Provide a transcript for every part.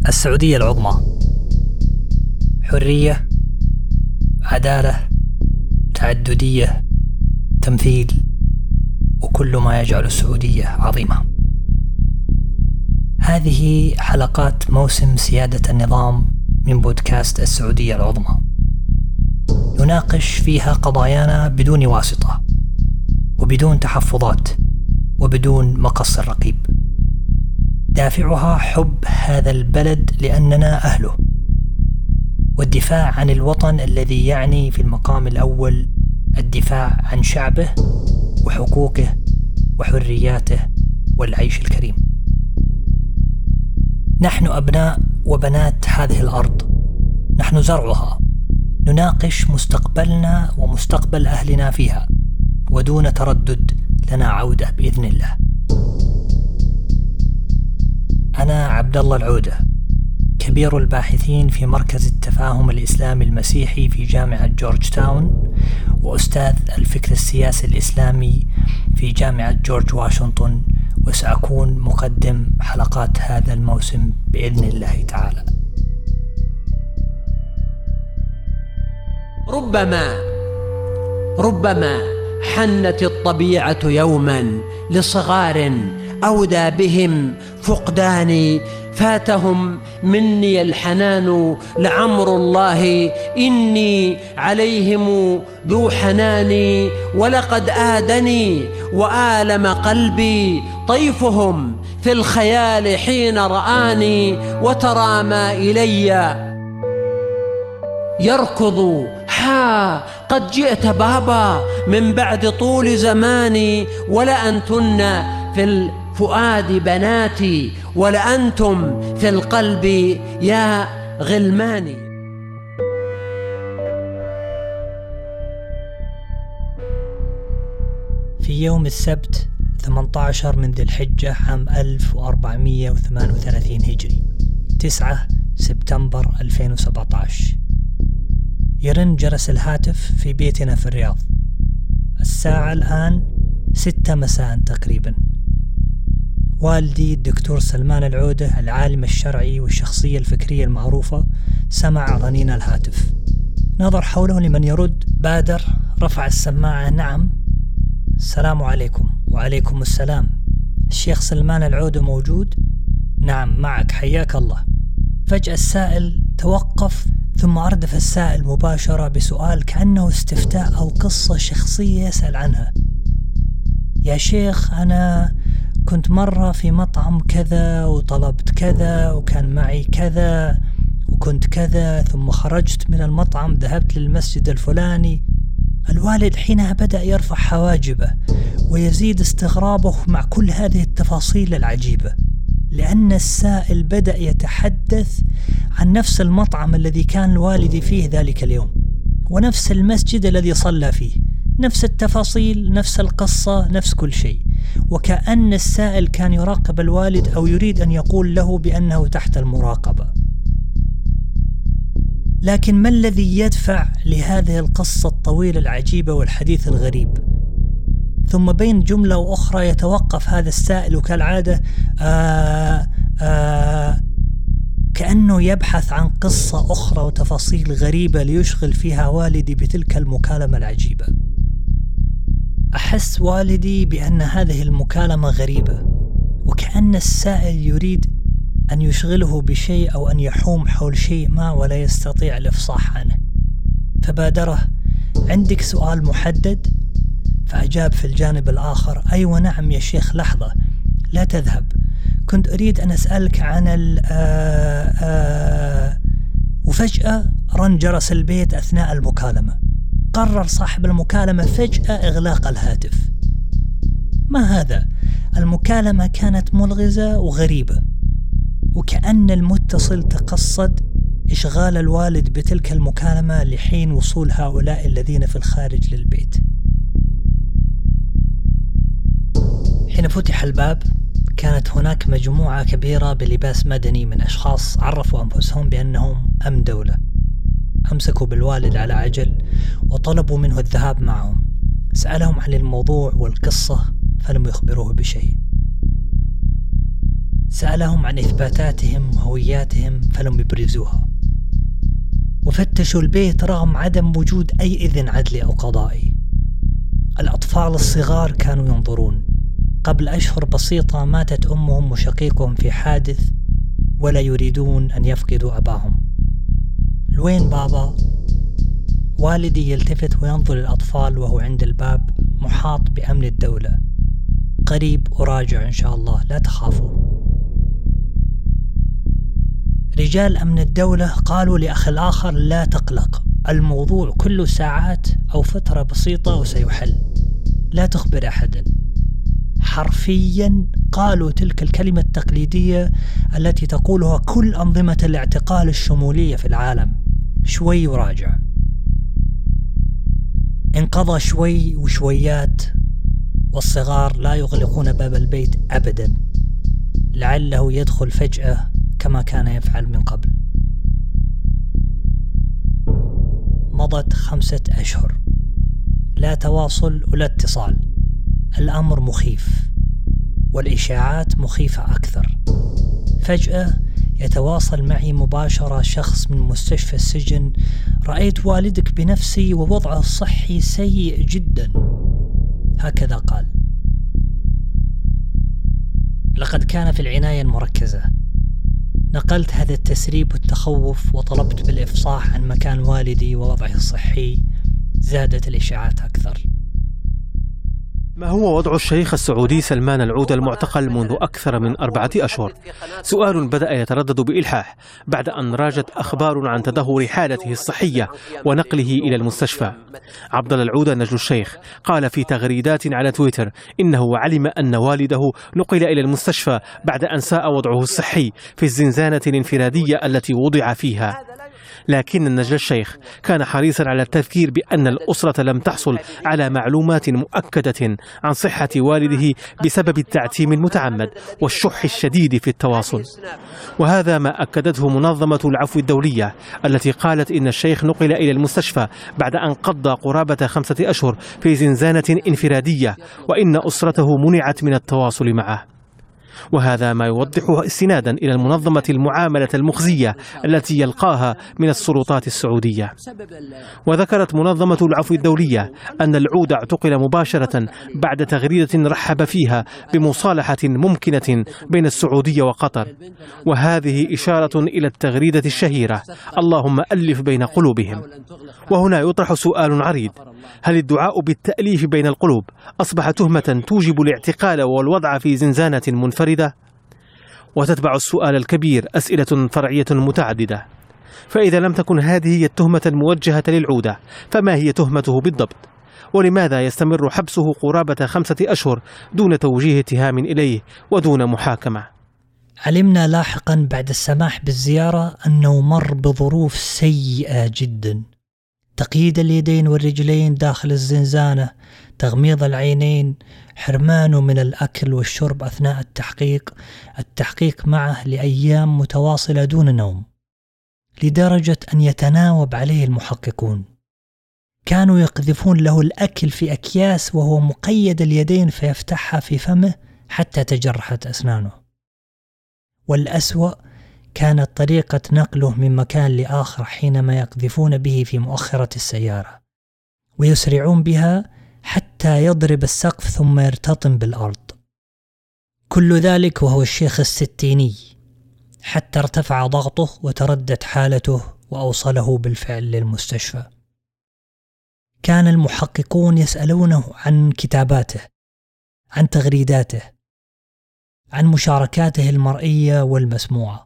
السعودية العظمى، حرية، عدالة، تعددية، تمثيل، وكل ما يجعل السعودية عظيمة. هذه حلقات موسم سيادة النظام من بودكاست السعودية العظمى، نناقش فيها قضايانا بدون واسطة وبدون تحفظات وبدون مقص الرقيب. دافعها حب هذا البلد لأننا أهله، والدفاع عن الوطن الذي يعني في المقام الأول الدفاع عن شعبه وحقوقه وحرياته والعيش الكريم. نحن أبناء وبنات هذه الأرض، نحن زرعها، نناقش مستقبلنا ومستقبل أهلنا فيها، ودون تردد لنا عودة بإذن الله. أنا عبد الله العودة، كبير الباحثين في مركز التفاهم الإسلامي المسيحي في جامعة جورج تاون، وأستاذ الفكر السياسي الإسلامي في جامعة جورج واشنطن، وسأكون مقدم حلقات هذا الموسم بإذن الله تعالى. ربما حنت الطبيعة يوما لصغار أودى بهم فقداني، فاتهم مني الحنان لعمر الله، إني عليهم ذو حناني، ولقد آدني وآلم قلبي طيفهم في الخيال حين رآني، وترامى إلي يركض قد جئت بابا من بعد طول زماني، ولأنتن في الفؤاد بناتي، ولأنتم في القلب يا غلماني. في يوم السبت 18 من ذي الحجة عام 1438 هجري، 9 سبتمبر 2017، يرن جرس الهاتف في بيتنا في الرياض. الساعة الآن 6 مساء تقريبا. والدي الدكتور سلمان العودة، العالم الشرعي والشخصية الفكرية المعروفة، سمع رنين الهاتف، نظر حوله لمن يرد، بادر، رفع السماعة. نعم. السلام عليكم. وعليكم السلام. الشيخ سلمان العودة موجود؟ نعم معك، حياك الله. فجأة السائل توقف، ثم أردف السائل مباشرة بسؤال كأنه استفتاء أو قصة شخصية يسأل عنها. يا شيخ، أنا كنت مرة في مطعم كذا وطلبت كذا وكان معي كذا وكنت كذا، ثم خرجت من المطعم ذهبت للمسجد الفلاني. الوالد حينها بدأ يرفع حواجبه ويزيد استغرابه مع كل هذه التفاصيل العجيبة، لأن السائل بدأ يتحدث عن نفس المطعم الذي كان والدي فيه ذلك اليوم، ونفس المسجد الذي صلى فيه، نفس التفاصيل، نفس القصة، نفس كل شيء، وكأن السائل كان يراقب الوالد أو يريد أن يقول له بأنه تحت المراقبة. لكن ما الذي يدفع لهذه القصة الطويلة العجيبة والحديث الغريب؟ ثم بين جملة وأخرى يتوقف هذا السائل كالعادة، كأنه يبحث عن قصة أخرى وتفاصيل غريبة ليشغل فيها والدي بتلك المكالمة العجيبة. أحس والدي بأن هذه المكالمة غريبة، وكأن السائل يريد أن يشغله بشيء أو أن يحوم حول شيء ما ولا يستطيع الإفصاح عنه، فبادره: عندك سؤال محدد؟ فأجاب في الجانب الآخر: أيوة نعم يا شيخ، لحظة لا تذهب، كنت أريد أن أسألك عن وفجأة رن جرس البيت أثناء المكالمة. قرر صاحب المكالمة فجأة إغلاق الهاتف. ما هذا؟ المكالمة كانت ملغزة وغريبة، وكأن المتصل تقصد إشغال الوالد بتلك المكالمة لحين وصول هؤلاء الذين في الخارج للبيت. حين فتح الباب كانت هناك مجموعة كبيرة بلباس مدني من أشخاص عرفوا أنفسهم بأنهم أمن دولة. أمسكوا بالوالد على عجل وطلبوا منه الذهاب معهم. سألهم عن الموضوع والقصة فلم يخبروه بشيء. سألهم عن إثباتاتهم وهوياتهم فلم يبرزوها، وفتشوا البيت رغم عدم وجود أي إذن عدلي أو قضائي. الأطفال الصغار كانوا ينظرون. قبل أشهر بسيطة ماتت أمهم وشقيقهم في حادث، ولا يريدون أن يفقدوا أباهم. لوين بابا؟ والدي يلتفت وينظر للأطفال وهو عند الباب محاط بأمن الدولة. قريب أراجع إن شاء الله، لا تخافوا. رجال أمن الدولة قالوا لأخ الآخر لا تقلق، الموضوع كله ساعات أو فترة بسيطة وسيحل، لا تخبر أحدا. حرفيا قالوا تلك الكلمة التقليدية التي تقولها كل أنظمة الاعتقال الشمولية في العالم: شوي وراجع. انقضى شوي وشويات، والصغار لا يغلقون باب البيت أبدا، لعله يدخل فجأة كما كان يفعل من قبل. مضت 5 أشهر، لا تواصل ولا اتصال. الأمر مخيف، والإشاعات مخيفة أكثر. فجأة يتواصل معي مباشرة شخص من مستشفى السجن: رأيت والدك بنفسي ووضعه الصحي سيء جدا. هكذا قال. لقد كان في العناية المركزة. نقلت هذا التسريب والتخوف وطلبت بالإفصاح عن مكان والدي ووضعه الصحي. زادت الإشاعات أكثر. ما هو وضع الشيخ السعودي سلمان العودة المعتقل منذ أكثر من 4 أشهر؟ سؤال بدأ يتردد بإلحاح بعد أن راجت أخبار عن تدهور حالته الصحية ونقله إلى المستشفى. عبدالله العودة نجل الشيخ قال في تغريدات على تويتر إنه علم أن والده نقل إلى المستشفى بعد أن ساء وضعه الصحي في الزنزانة الانفرادية التي وضع فيها. لكن نجل الشيخ كان حريصا على التذكير بأن الأسرة لم تحصل على معلومات مؤكدة عن صحة والده بسبب التعتيم المتعمد والشح الشديد في التواصل. وهذا ما أكدته منظمة العفو الدولية التي قالت إن الشيخ نقل إلى المستشفى بعد أن قضى قرابة 5 أشهر في زنزانة انفرادية، وإن أسرته منعت من التواصل معه. وهذا ما يوضحه استنادا إلى المنظمة المعاملة المخزية التي يلقاها من السلطات السعودية. وذكرت منظمة العفو الدولية أن العودة اعتقل مباشرة بعد تغريدة رحب فيها بمصالحة ممكنة بين السعودية وقطر، وهذه إشارة إلى التغريدة الشهيرة: اللهم ألف بين قلوبهم. وهنا يطرح سؤال عريض: هل الدعاء بالتأليف بين القلوب أصبح تهمة توجب الاعتقال والوضع في زنزانة منفردة؟ وتتبع السؤال الكبير أسئلة فرعية متعددة. فإذا لم تكن هذه هي التهمة الموجهة للعودة، فما هي تهمته بالضبط؟ ولماذا يستمر حبسه قرابة 5 أشهر دون توجيه اتهام إليه ودون محاكمة؟ علمنا لاحقا بعد السماح بالزيارة أنه مر بظروف سيئة جدا: تقييد اليدين والرجلين داخل الزنزانة، تغميض العينين، حرمانه من الأكل والشرب أثناء التحقيق معه لأيام متواصلة دون نوم، لدرجة أن يتناوب عليه المحققون. كانوا يقذفون له الأكل في أكياس وهو مقيد اليدين فيفتحها في فمه حتى تجرحت أسنانه. والأسوأ كانت طريقة نقله من مكان لآخر حينما يقذفون به في مؤخرة السيارة ويسرعون بها حتى يضرب السقف ثم يرتطم بالأرض. كل ذلك وهو الشيخ الستيني، حتى ارتفع ضغطه وتردت حالته وأوصله بالفعل للمستشفى. كان المحققون يسألونه عن كتاباته، عن تغريداته، عن مشاركاته المرئية والمسموعة،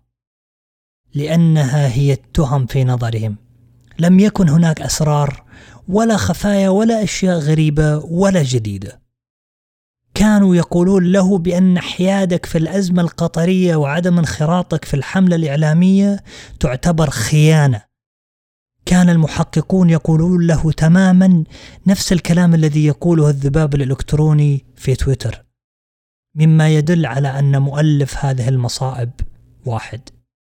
لأنها هي التهم في نظرهم. لم يكن هناك أسرار ولا خفايا ولا أشياء غريبة ولا جديدة. كانوا يقولون له بأن حيادك في الأزمة القطرية وعدم انخراطك في الحملة الإعلامية تعتبر خيانة. كان المحققون يقولون له تماما نفس الكلام الذي يقوله الذباب الإلكتروني في تويتر، مما يدل على أن مؤلف هذه المصائب واحد.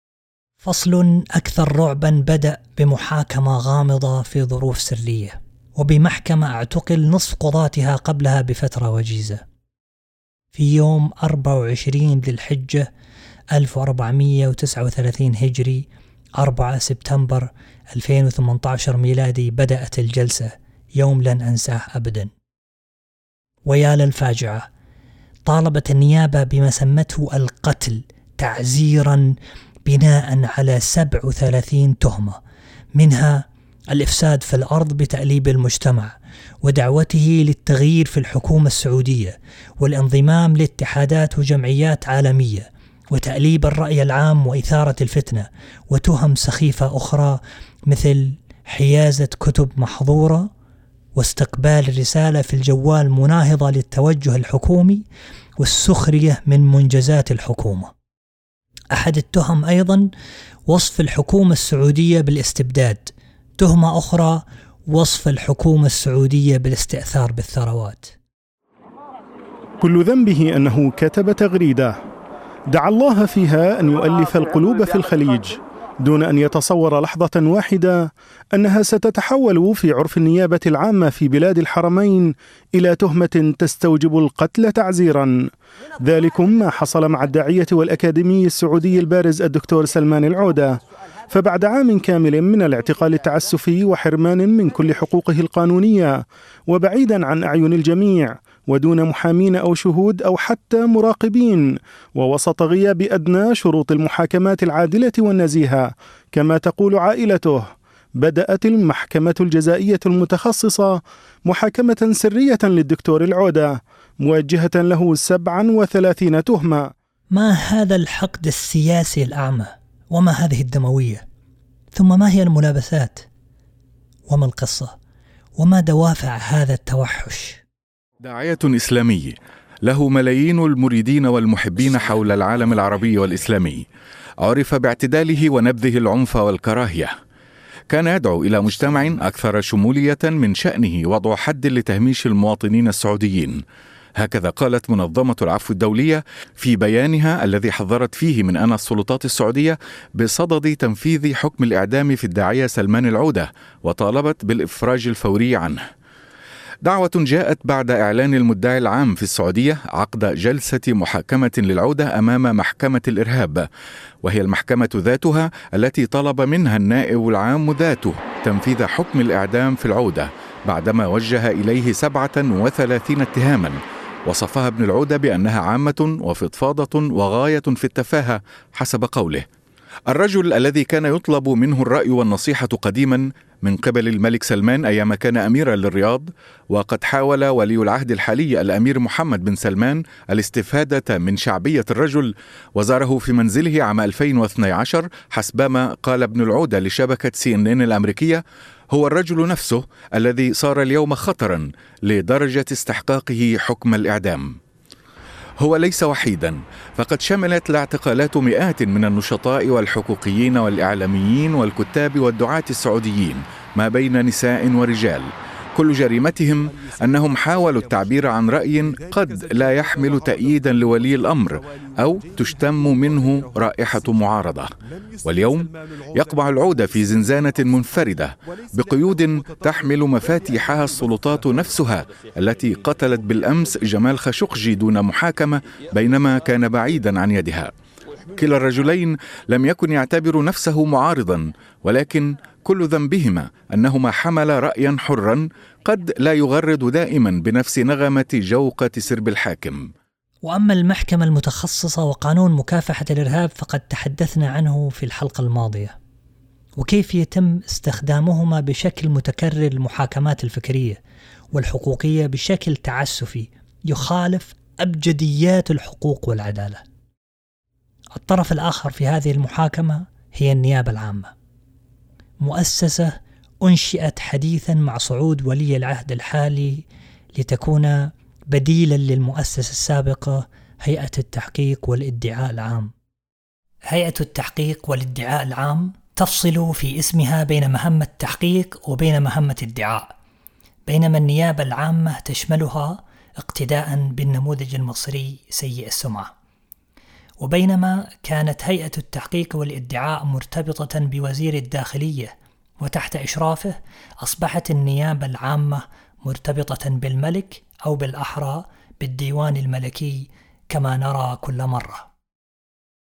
فصل أكثر رعبا بدأ بمحاكمة غامضة في ظروف سرية، وبمحكمة اعتقل نصف قضاتها قبلها بفترة وجيزة. في يوم 24 ذي الحجة 1439 هجري 4 سبتمبر 2018 ميلادي بدأت الجلسة، يوم لن أنساه أبدا. ويا للفاجعة، طالبت النيابة بما سمته القتل تعزيرا بناء على 37 تهمة، منها الإفساد في الأرض بتأليب المجتمع، ودعوته للتغيير في الحكومة السعودية، والانضمام لاتحادات وجمعيات عالمية، وتأليب الرأي العام وإثارة الفتنة، وتهم سخيفة أخرى مثل حيازة كتب محظورة واستقبال الرسالة في الجوال مناهضة للتوجه الحكومي والسخرية من منجزات الحكومة. أحد التهم أيضا وصف الحكومة السعودية بالاستبداد، تهمة أخرى وصف الحكومة السعودية بالاستئثار بالثروات. كل ذنبه أنه كتب تغريدة دعا الله فيها أن يؤلف القلوب في الخليج، دون أن يتصور لحظة واحدة أنها ستتحول في عرف النيابة العامة في بلاد الحرمين إلى تهمة تستوجب القتل تعزيرا. ذلكم ما حصل مع الداعية والأكاديمي السعودي البارز الدكتور سلمان العودة، فبعد عام كامل من الاعتقال التعسفي وحرمان من كل حقوقه القانونية، وبعيدا عن أعين الجميع ودون محامين أو شهود أو حتى مراقبين، ووسط غياب أدنى شروط المحاكمات العادلة والنزيهة كما تقول عائلته، بدأت المحكمة الجزائية المتخصصة محاكمة سرية للدكتور العودة موجهة له 37 تهمة. ما هذا الحقد السياسي الأعمى؟ وما هذه الدموية؟ ثم ما هي الملابسات؟ وما القصة؟ وما دوافع هذا التوحش؟ داعية إسلامي له ملايين المريدين والمحبين حول العالم العربي والإسلامي، عرف باعتداله ونبذه العنف والكراهية. كان يدعو إلى مجتمع أكثر شمولية من شأنه وضع حد لتهميش المواطنين السعوديين. هكذا قالت منظمة العفو الدولية في بيانها الذي حذرت فيه من أن السلطات السعودية بصدد تنفيذ حكم الإعدام في الداعية سلمان العودة، وطالبت بالإفراج الفوري عنه. دعوة جاءت بعد إعلان المدعي العام في السعودية عقد جلسة محاكمة للعودة أمام محكمة الإرهاب، وهي المحكمة ذاتها التي طلب منها النائب العام ذاته تنفيذ حكم الإعدام في العودة بعدما وجه إليه 37 اتهاما وصفها ابن العودة بأنها عامة وفضفاضة وغاية في التفاهة حسب قوله. الرجل الذي كان يطلب منه الرأي والنصيحة قديما من قبل الملك سلمان أيام كان أميرا للرياض، وقد حاول ولي العهد الحالي الأمير محمد بن سلمان الاستفادة من شعبية الرجل وزاره في منزله عام 2012 حسبما قال ابن العودة لشبكة CNN الأمريكية: هو الرجل نفسه الذي صار اليوم خطرا لدرجة استحقاقه حكم الإعدام. هو ليس وحيدا، فقد شملت الاعتقالات مئات من النشطاء والحقوقيين والإعلاميين والكتاب والدعاة السعوديين ما بين نساء ورجال، كل جريمتهم أنهم حاولوا التعبير عن رأي قد لا يحمل تأييدا لولي الأمر أو تشتم منه رائحة معارضة. واليوم يقبع العودة في زنزانة منفردة بقيود تحمل مفاتيحها السلطات نفسها التي قتلت بالأمس جمال خاشقجي دون محاكمة بينما كان بعيدا عن يدها. كلا الرجلين لم يكن يعتبر نفسه معارضا، ولكن كل ذنبهما أنهما حمل رأيا حرا قد لا يغرد دائما بنفس نغمة جوقة سرب الحاكم. وأما المحكمة المتخصصة وقانون مكافحة الإرهاب فقد تحدثنا عنه في الحلقة الماضية، وكيف يتم استخدامهما بشكل متكرر للمحاكمات الفكرية والحقوقية بشكل تعسفي يخالف أبجديات الحقوق والعدالة. الطرف الآخر في هذه المحاكمة هي النيابة العامة، مؤسسة أنشئت حديثا مع صعود ولي العهد الحالي لتكون بديلا للمؤسسة السابقة هيئة التحقيق والادعاء العام. هيئة التحقيق والادعاء العام تفصل في اسمها بين مهمة التحقيق وبين مهمة الادعاء، بينما النيابة العامة تشملها اقتداء بالنموذج المصري سيء السمعة. وبينما كانت هيئة التحقيق والادعاء مرتبطة بوزير الداخلية وتحت إشرافه، أصبحت النيابة العامة مرتبطة بالملك أو بالأحرى بالديوان الملكي كما نرى كل مرة.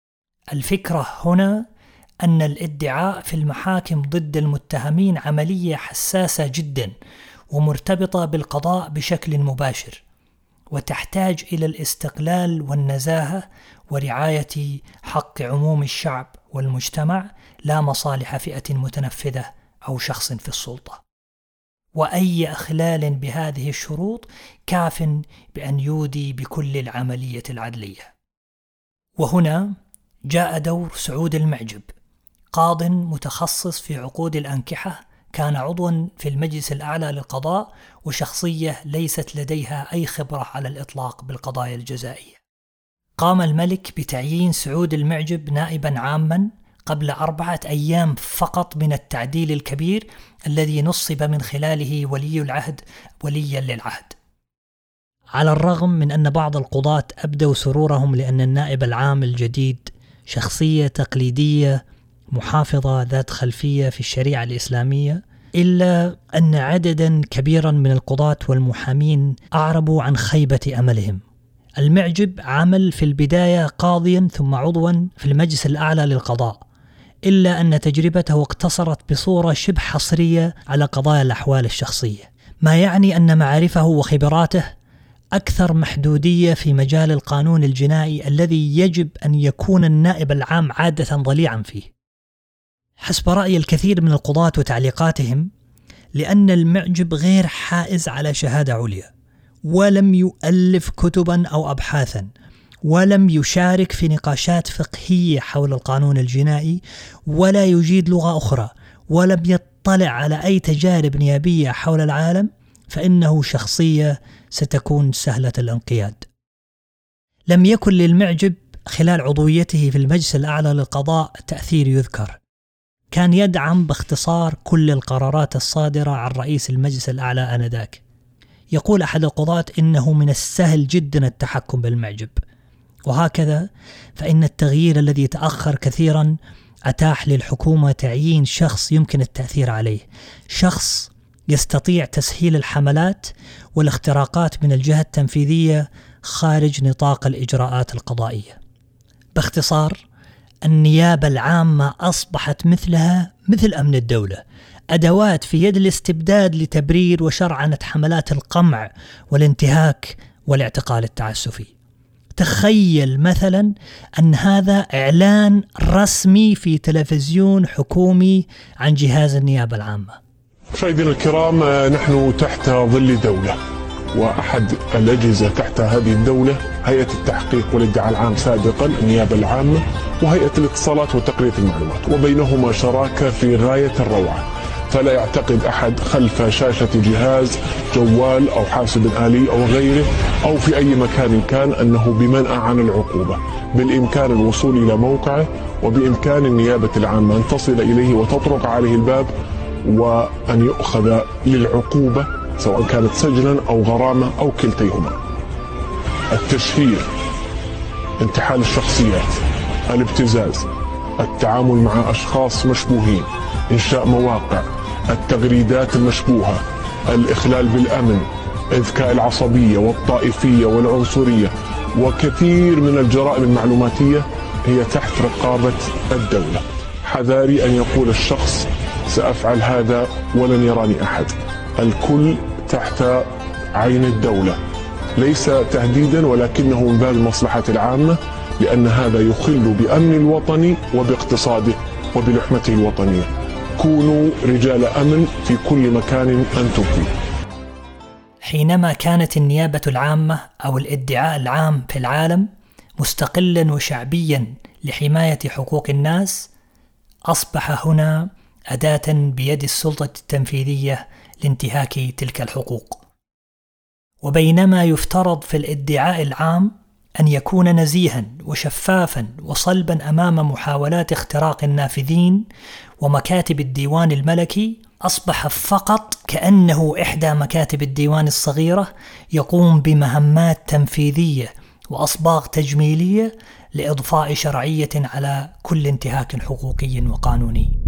الفكرة هنا أن الادعاء في المحاكم ضد المتهمين عملية حساسة جدا ومرتبطة بالقضاء بشكل مباشر، وتحتاج إلى الاستقلال والنزاهة ورعاية حق عموم الشعب والمجتمع، لا مصالح فئة متنفذة أو شخص في السلطة. وأي إخلال بهذه الشروط كاف بأن يودي بكل العملية العدلية. وهنا جاء دور سعود المعجب، قاض متخصص في عقود الأنكحة، كان عضوا في المجلس الأعلى للقضاء، وشخصية ليست لديها أي خبرة على الإطلاق بالقضايا الجزائية. قام الملك بتعيين سعود المعجب نائبا عاما قبل 4 أيام فقط من التعديل الكبير الذي نصب من خلاله ولي العهد وليا للعهد. على الرغم من أن بعض القضاة أبدوا سرورهم لأن النائب العام الجديد شخصية تقليدية محافظة ذات خلفية في الشريعة الإسلامية، إلا أن عددا كبيرا من القضاة والمحامين أعربوا عن خيبة أملهم. المعجب عمل في البداية قاضيا ثم عضوا في المجلس الأعلى للقضاء، إلا أن تجربته اقتصرت بصورة شبه حصرية على قضايا الأحوال الشخصية، ما يعني أن معارفه وخبراته أكثر محدودية في مجال القانون الجنائي الذي يجب أن يكون النائب العام عادة ضليعا فيه. حسب رأي الكثير من القضاة وتعليقاتهم، لأن المعجب غير حائز على شهادة عليا، ولم يؤلف كتبا أو أبحاثا، ولم يشارك في نقاشات فقهية حول القانون الجنائي، ولا يجيد لغة أخرى، ولم يطلع على أي تجارب نيابية حول العالم، فإنه شخصية ستكون سهلة الانقياد. لم يكن للمعجب خلال عضويته في المجلس الأعلى للقضاء تأثير يذكر، كان يدعم باختصار كل القرارات الصادرة عن رئيس المجلس الأعلى آنذاك. يقول أحد القضاة إنه من السهل جدا التحكم بالمعجب، وهكذا فإن التغيير الذي تأخر كثيرا أتاح للحكومة تعيين شخص يمكن التأثير عليه، شخص يستطيع تسهيل الحملات والاختراقات من الجهة التنفيذية خارج نطاق الإجراءات القضائية. باختصار، النيابة العامة أصبحت مثل أمن الدولة، أدوات في يد الاستبداد لتبرير وشرعنة حملات القمع والانتهاك والاعتقال التعسفي. تخيل مثلا أن هذا إعلان رسمي في تلفزيون حكومي عن جهاز النيابة العامة. مشاهدينا الكرام، نحن تحت ظل دولة، وأحد الأجهزة تحت هذه الدولة هيئة التحقيق والادعاء العام سابقا، النيابة العامة، وهيئة الاتصالات وتقنية المعلومات، وبينهما شراكة في غاية الروعة. فلا يعتقد أحد خلف شاشة جهاز جوال أو حاسب آلي أو غيره أو في أي مكان كان أنه بمنأى عن العقوبة. بالإمكان الوصول إلى موقعه، وبإمكان النيابة العامة أن تصل إليه وتطرق عليه الباب، وأن يؤخذ للعقوبة سواء كانت سجنا أو غرامة أو كلتيهما. التشهير، انتحال الشخصيات، الابتزاز، التعامل مع أشخاص مشبوهين، إنشاء مواقع، التغريدات المشبوهة، الإخلال بالأمن، إذكاء العصبية والطائفية والعنصرية، وكثير من الجرائم المعلوماتية هي تحت رقابة الدولة. حذاري أن يقول الشخص سأفعل هذا ولن يراني أحد. الكل تحت عين الدولة، ليس تهديدا ولكنه من باب المصلحة العامة، لأن هذا يخل بأمن الوطن وباقتصاده وبلحمته الوطنية. كونوا رجال أمن في كل مكان أنتم فيه. حينما كانت النيابة العامة أو الادعاء العام في العالم مستقلا وشعبيا لحماية حقوق الناس، أصبح هنا أداة بيد السلطة التنفيذية لانتهاك تلك الحقوق. وبينما يفترض في الادعاء العام أن يكون نزيها وشفافا وصلبا أمام محاولات اختراق النافذين ومكاتب الديوان الملكي، أصبح فقط كأنه إحدى مكاتب الديوان الصغيرة يقوم بمهمات تنفيذية وأصباغ تجميلية لإضفاء شرعية على كل انتهاك حقوقي وقانوني.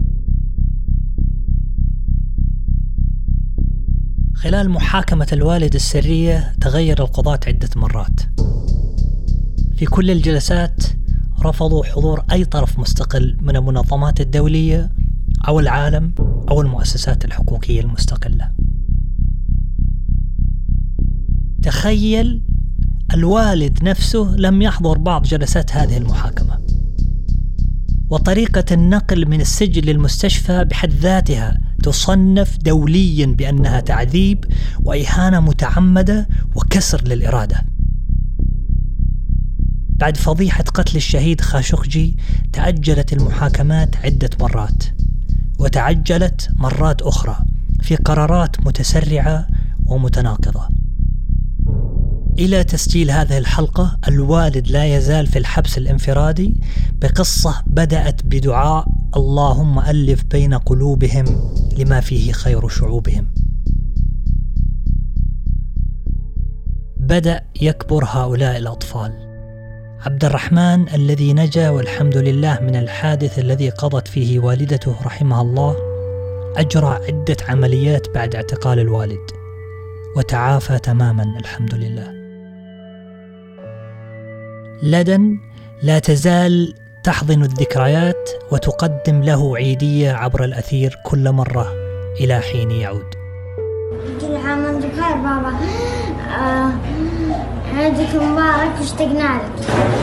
خلال محاكمة الوالد السرية تغير القضاة عدة مرات. في كل الجلسات رفضوا حضور أي طرف مستقل من المنظمات الدولية أو العالم أو المؤسسات الحقوقية المستقلة. تخيل الوالد نفسه لم يحضر بعض جلسات هذه المحاكمة، وطريقة النقل من السجن للمستشفى بحد ذاتها تصنف دوليا بأنها تعذيب وإهانة متعمدة وكسر للإرادة. بعد فضيحة قتل الشهيد خاشقجي تأجلت المحاكمات عدة مرات، وتعجلت مرات أخرى في قرارات متسرعة ومتناقضة. إلى تسجيل هذه الحلقة الوالد لا يزال في الحبس الانفرادي بقصة بدأت بدعاء اللهم ألف بين قلوبهم لما فيه خير شعوبهم. بدأ يكبر هؤلاء الأطفال. عبد الرحمن الذي نجا والحمد لله من الحادث الذي قضت فيه والدته رحمها الله أجرى عدة عمليات بعد اعتقال الوالد وتعافى تماما الحمد لله. لدن لا تزال تحضن الذكريات وتقدم له عيدية عبر الأثير كل مرة إلى حين يعود. كل عام وانت بخير بابا، عيدك مبارك واشتقنا لك.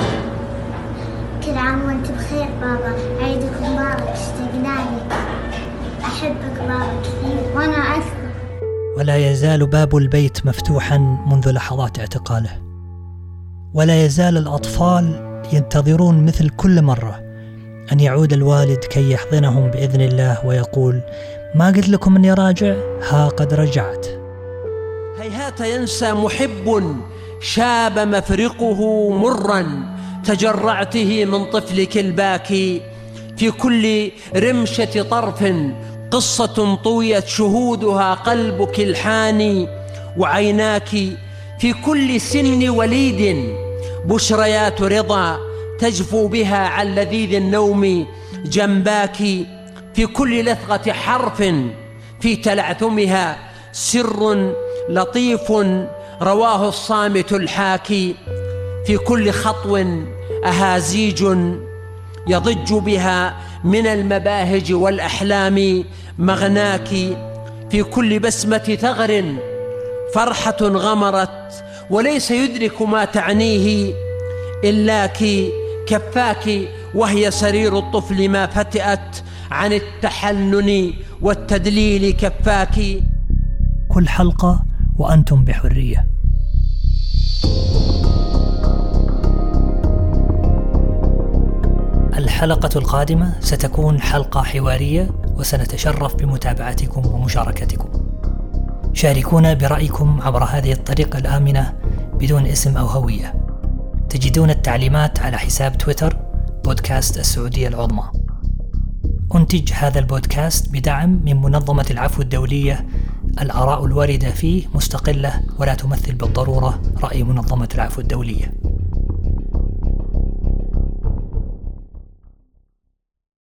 كل عام وانت بخير بابا، عيدك مبارك اشتقنا لك. أحبك بابا كثير وأنا أكثر. ولا يزال باب البيت مفتوحا منذ لحظات اعتقاله، ولا يزال الأطفال ينتظرون مثل كل مرة أن يعود الوالد كي يحضنهم بإذن الله ويقول ما قلت لكم أني راجع؟ ها قد رجعت. هيهات ينسى محب شاب مفرقه مرا تجرعته من طفلك الباكي. في كل رمشة طرف قصة طويت شهودها قلبك الحاني، وعيناك في كل سن وليد بشريات رضا تجفو بها عن لذيذ النوم جنباك. في كل لثغة حرف في تلعثمها سر لطيف رواه الصامت الحاكي. في كل خطو أهازيج يضج بها من المباهج والأحلام مغناك. في كل بسمة ثغر فرحة غمرت وليس يدرك ما تعنيه إلاك. كفاك وهي سرير الطفل ما فتئت عن التحنن والتدليل كفاك. كل حلقة وأنتم بحرية. الحلقة القادمة ستكون حلقة حوارية وسنتشرف بمتابعتكم ومشاركتكم. شاركونا برأيكم عبر هذه الطريقة الآمنة بدون اسم أو هوية. تجدون التعليمات على حساب تويتر بودكاست السعودية العظمى. أنتج هذا البودكاست بدعم من منظمة العفو الدولية. الآراء الواردة فيه مستقلة ولا تمثل بالضرورة رأي منظمة العفو الدولية.